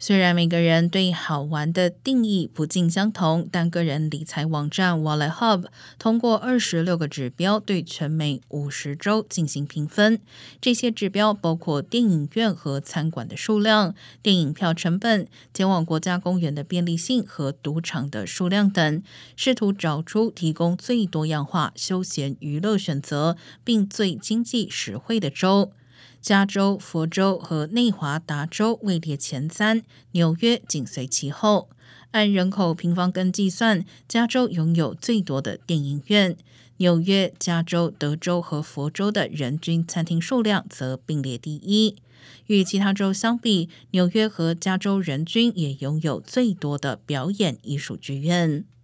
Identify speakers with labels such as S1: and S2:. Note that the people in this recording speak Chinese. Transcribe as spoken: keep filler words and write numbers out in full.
S1: 虽然每个人对好玩的定义不尽相同，但个人理财网站 Wallet Hub 通过二十六个指标对全美五十州进行评分。这些指标包括电影院和餐馆的数量、电影票成本、前往国家公园的便利性和赌场的数量等，试图找出提供最多样化休闲娱乐选择并最经济实惠的州。加州、佛州和内华达州位列前三，纽约紧随其后。按人口平方根计算，加州拥有最多的电影院，纽约、加州、德州和佛州的人均餐厅数量则并列第一。与其他州相比，纽约和加州人均也拥有最多的表演艺术剧院。